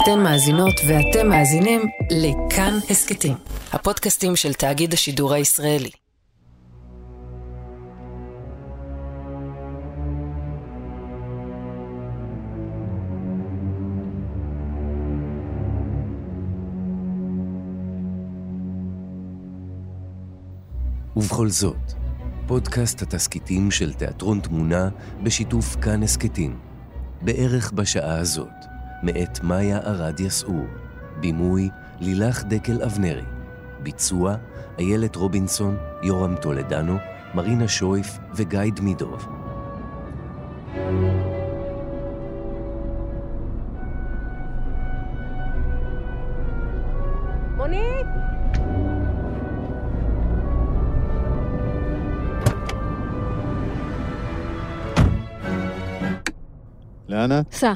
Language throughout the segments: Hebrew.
אתן מאזינות ואתם מאזינים לכאן הסקטים, הפודקאסטים של תאגיד השידור הישראלי. ובכל זאת, פודקאסט התסקיטים של תיאטרון תמונה בשיתוף כאן הסקטים. בערך בשעה הזאת, מאת מאיה ארד יסעור, בימוי לילך דקל אבנרי, ביצוע איילת רובינסון, יורם טולדנו, מרינה שויף וגיא דמידוב. מונית! לאן את? סע.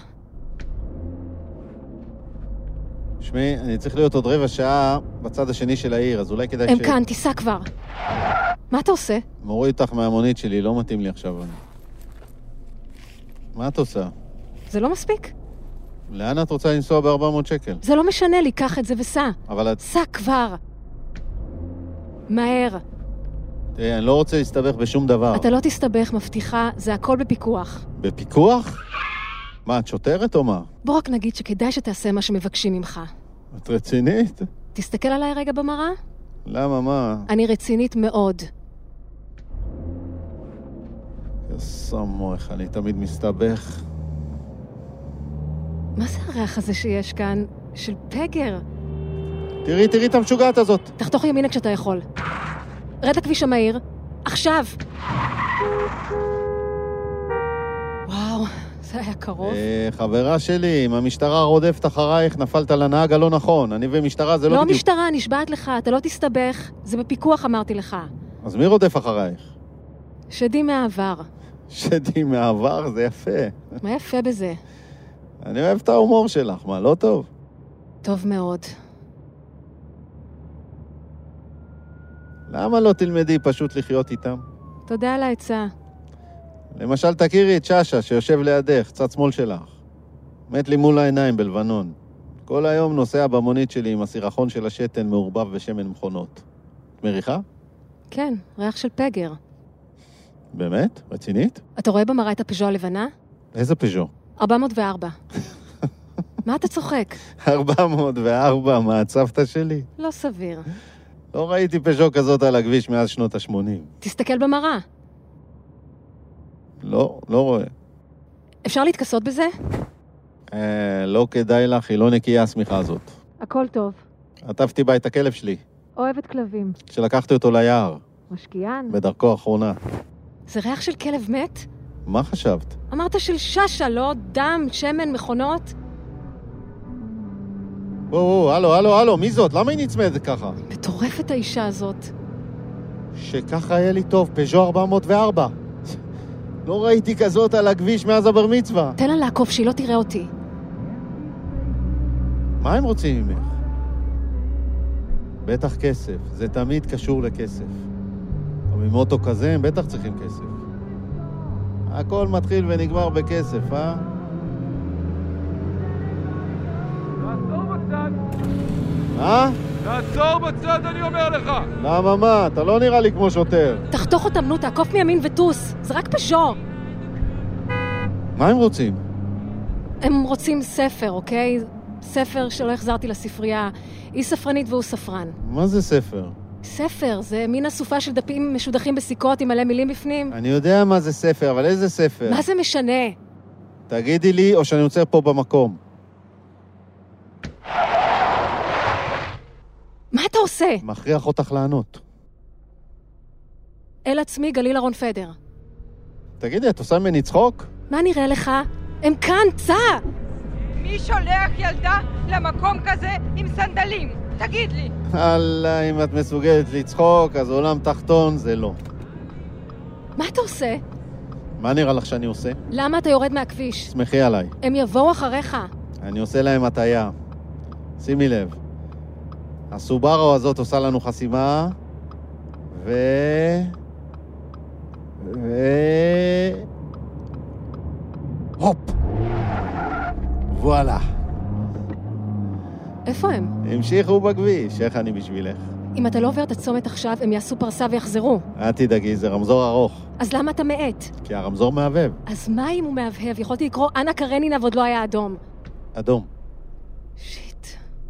שמי, אני צריך להיות עוד רבע שעה בצד השני של העיר, אז אולי כדאי הם כאן, תיסע כבר. מה אתה עושה? מוריד אותך מהמונית שלי, לא מתאים לי עכשיו. מה את עושה? זה לא מספיק? לאן את רוצה לנסוע ב-400 שקל? זה לא משנה לי, קח את זה וסע. אבל את... סע כבר. מהר. תראי, אני לא רוצה להסתבך בשום דבר. אתה לא תסתבך, מבטיחה, זה הכל בפיקוח. בפיקוח? מה, את שוטרת או מה? בוא רק נגיד שכדאי שתעשה מה שמבקשים ממך. את רצינית? תסתכל עליי רגע במראה. למה, מה? אני רצינית מאוד. סמוך, אני תמיד מסתבך. מה זה הריח הזה שיש כאן? של פגר. תראי את המשוגעת הזאת. תחתוך ימינה כשאתה יכול. רד לכביש המהיר. עכשיו. וואו, זה היה קרוב. חברה שלי, אם המשטרה רודפת אחרייך, נפלת לנהג הלא נכון. אני ומשטרה זה לא בדיוק... לא משטרה, נשבעת לך, אתה לא תסתבך. זה בפיקוח, אמרתי לך. אז מי רודף אחרייך? שדים מהעבר. שדים מהעבר? זה יפה. מה יפה בזה? אני אוהב את ההומור שלך, מה, לא טוב? טוב מאוד. למה לא תלמדי פשוט לחיות איתם? תודה על העצה. למשל, תכירי את ששה שיושב לידך, צד שמאל שלך. מת לי מול העיניים בלבנון. כל היום נוסע במונית שלי עם הסירחון של השתן מעורבב בשמן מכונות. מריחה? כן, ריח של פגר. באמת? רצינית? אתה רואה במראה את הפז'ו הלבנה? איזה פז'ו? 404. מה אתה צוחק? 404, מה הצוותא שלי? לא סביר. לא ראיתי פז'ו כזאת על הכביש מאז שנות ה-80. תסתכל במראה. לא רואה. אפשר להתכסות בזה? לא כדאי לך, היא לא נקייה הסמיכה הזאת. הכל טוב. עטפתי בה את הכלב שלי. אוהבת כלבים. שלקחתי אותו ליער. משקיען. בדרכו האחרונה. זה ריח של כלב מת? מה חשבת? אמרת של ששה, לא? דם, שמן, מכונות? הלו, מי זאת? למה היא נצמדת ככה? מטורפת האישה הזאת. שככה היה לי טוב, פז'ו 404. לא ראיתי כזאת על הכביש מאז הבר מצווה. תן לה לעקוף שהיא לא תראה אותי. מה הם רוצים ממך? בטח כסף, זה תמיד קשור לכסף. אבל עם אוטו כזה הם בטח צריכים כסף. הכל מתחיל ונגמר בכסף, אה? תעצור בצד! מה? תעצור בצד, אני אומר לך! למה מה? אתה לא נראה לי כמו שוטר. תחתוך אותם, נו, תעקוף מימין וטוס. זה רק פז'ו. מה הם רוצים? הם רוצים ספר, אוקיי? ספר שלא החזרתי לספרייה. היא ספרנית והוא ספרן. מה זה ספר? ספר, זה מין אסופה של דפים משודכים בסיכות עם מלא מילים בפנים. אני יודע מה זה ספר, אבל איזה ספר? מה זה משנה? תגידי לי, או שאני עוצר פה במקום. מה אתה עושה? מכריח אותך לענות. אל עצמי, גליל ארון פדר. תגידי, את עושה ממני צחוק? מה נראה לך? הם כאן, צא! מי שולח ילדה למקום כזה עם סנדלים? תגיד לי. אללה, אם את מסוגלת לצחוק, אז עולם תחתון זה לא. מה אתה עושה? מה נראה לך שאני עושה? למה אתה יורד מהכביש? שמחי עליי. הם יבואו אחריך. אני עושה להם הטעיה. שימי לב. הסובארו הזאת עושה לנו חסימה, הופ. וואלה. איפה הם? המשיכו בכביש, איך אני בשבילך? אם אתה לא עובר את הצומת עכשיו, הם יעשו פרסה ויחזרו. אל תדאגי, זה רמזור ארוך. אז למה אתה מעט? כי הרמזור מהבהב. אז מה אם הוא מהבהב? יכולתי לקרוא אנה קרנינה ועוד לא היה אדום. אדום. שיט.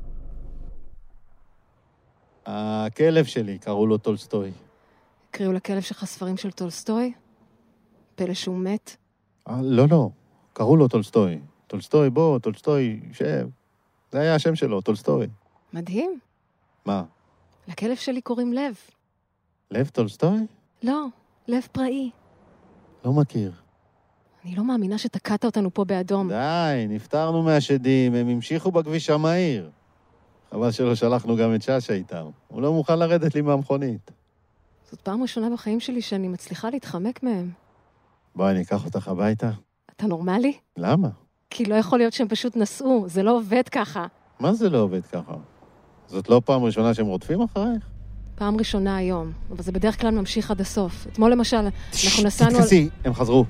הכלב שלי, קראו לו טולסטוי. הקריאו לכלב שלך ספרים של טולסטוי? פלא שהוא מת? לא. קראו לו טולסטוי. טולסטוי, בוא, טולסטוי, שב. זה היה השם שלו, טולסטוי. מדהים. מה? לכלב שלי קוראים לב. לב טולסטוי? לא, לב פראי. לא מכיר. אני לא מאמינה שתקעת אותנו פה באדום. די, נפטרנו מהשדים, הם המשיכו בכביש המהיר. חבל שלא שלחנו גם את שאשא איתם. הוא לא מוכן לרדת לי מהמכונית. זאת פעם ראשונה בחיים שלי שאני מצליחה להתחמק מהם. בואי, אני אקח אותך הביתה. אתה נורמלי? למה? כי לא יכול להיות שהם פשוט נסעו, זה לא עובד ככה. מה זה לא עובד ככה? זאת לא פעם ראשונה שהם רודפים אחרייך? פעם ראשונה היום, אבל זה בדרך כלל ממשיך עד הסוף. אתמול למשל, אנחנו נסענו על... תתכסי, הם חזרו.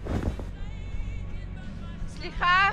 סליחה?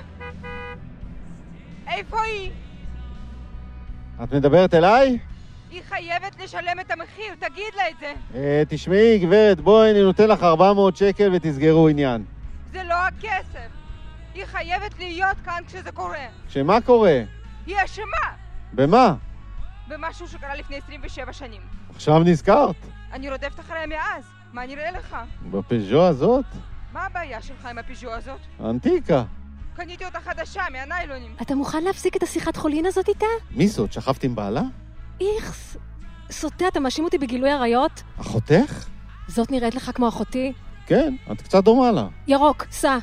איפה היא? את מדברת אליי? היא חייבת לשלם את המחיר, תגיד לה את זה. תשמעי, גברת, בואי, אני נותן לך 400 שקל ותסגרו עניין. זה לא הכסף. היא חייבת להיות כאן כשזה קורה. שמה קורה? היא אשמה במה? במשהו שקרה לפני 27 שנים. עכשיו נזכרת? אני רודפת אחריה מאז. מה נראה לך? בפיז'ו הזאת? מה הבעיה שלך עם הפיז'ו הזאת? אנטיקה. קניתי אותה חדשה, מהניילונים. אתה מוכן להפסיק את השיחת חולין הזאת איתה? מי זאת? שכבת עם בעלה? איכס. סוטה, אתה מאשים אותי בגילוי עריות? אחותך? זאת נראית לך כמו אחותי? כן, את קצת דומה לה. ירוק, סע.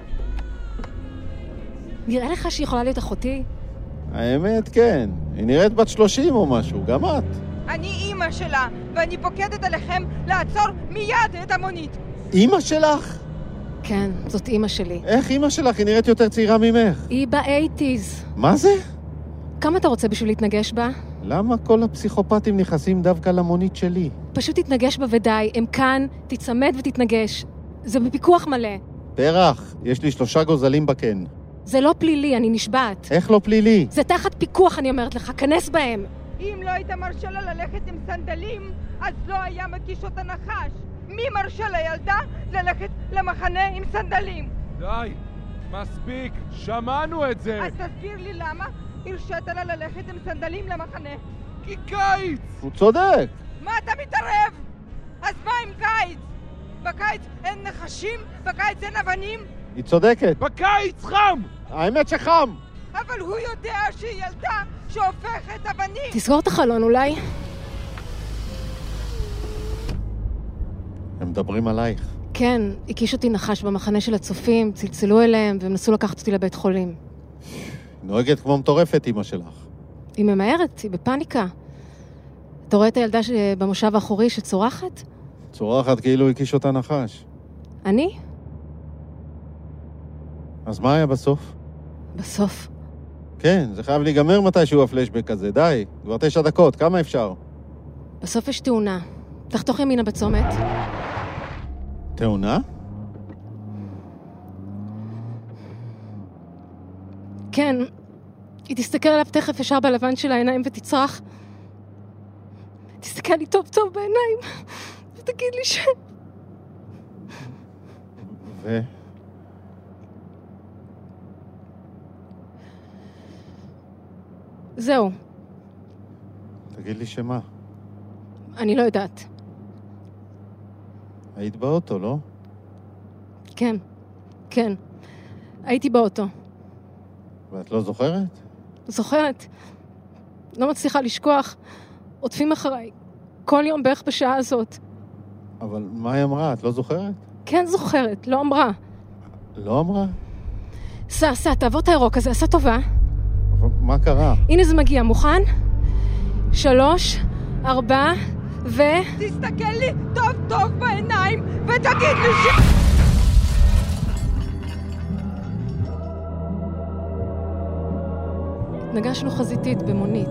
נראה לך שהיא יכולה להיות אחותי? האמת, כן. היא נראית בת 30 או משהו, גם את. אני אימא שלה, ואני פוקדת עליכם לעצור מיד את המונית. אימא שלך? כן, זאת אימא שלי. איך אימא שלך? היא נראית יותר צעירה ממך. היא ב-80s. מה זה? כמה אתה רוצה בשביל להתנגש בה? למה כל הפסיכופטים נכנסים דווקא למונית שלי? פשוט תתנגש בה ודי. הם כאן, תצמד ותתנגש. זה בפיקוח מלא. פרח, יש לי 3 גוזלים בקן. זה לא פלילי, אני נשבעת. איך לא פלילי? זה תחת פיקוח, אני אומרת לך, כנס בהם. אם לא היית מרשה לה ללכת עם סנדלים, אז לא היה מקיש אותה נחש. מי מרשה לילדה ללכת למחנה עם סנדלים? די, מספיק, שמענו את זה. אז תסביר לי למה הרשית לה ללכת עם סנדלים למחנה. כי קיץ! הוא צודק. מה אתה מתערב? אז מה עם קיץ? בקיץ אין נחשים? בקיץ אין אבנים? היא צודקת. בקיץ חם! האמת שחם. אבל הוא יודע שהיא ילדה שהופכת אבנים. תסגור את החלון אולי. הם מדברים עלייך. כן, הקיש אותי נחש במחנה של הצופים, צלצלו אליהם והם נסו לקחת אותי לבית חולים. נוהגת כמו מטורפת, אמא שלך. היא ממהרת, היא בפניקה. אתה רואה את הילדה במושב האחורי שצורחת? צורחת כאילו הקיש אותה נחש. אני? אז מה היה בסוף? בסוף. כן, זה חייב להיגמר מתישהו הפלשבק הזה, די. כבר 9 דקות, כמה אפשר? בסוף יש תאונה. תחתוך ימינה בצומת. תאונה? כן, היא תסתכל עליו תכף ישר בלבן של העיניים ותצרח. תסתכל לי טוב טוב בעיניים ותגיד לי ש... זהו. תגיד לי שמה? אני לא יודעת. היית באוטו, לא? כן, כן. הייתי באוטו. ואת לא זוכרת? זוכרת. לא מצליחה לשכוח. עוטפים אחריי. כל יום בערך בשעה הזאת. אבל מה היא אמרה? את לא זוכרת? כן זוכרת, לא אמרה. לא אמרה? סע, תעבור את הירוק הזה, עשה טובה. אבל מה קרה? הנה זה מגיע, מוכן? 3, 4, תסתכל לי טוב טוב בעיניים ותגיד לי ש... נגשנו חזיתית במונית.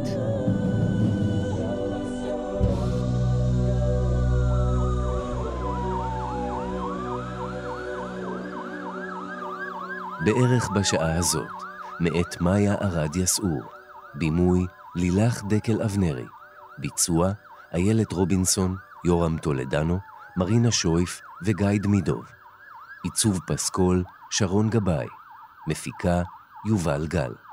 בערך בשעה הזאת, מאת מאיה ארד יסעור, בימוי לילך דקל אבנרי. ביצוע, איילת רובינסון, יורם טולדנו, מרינה שויף וגיא דמידוב. עיצוב פסקול, שרון גבאי. מפיקה, יובל גל.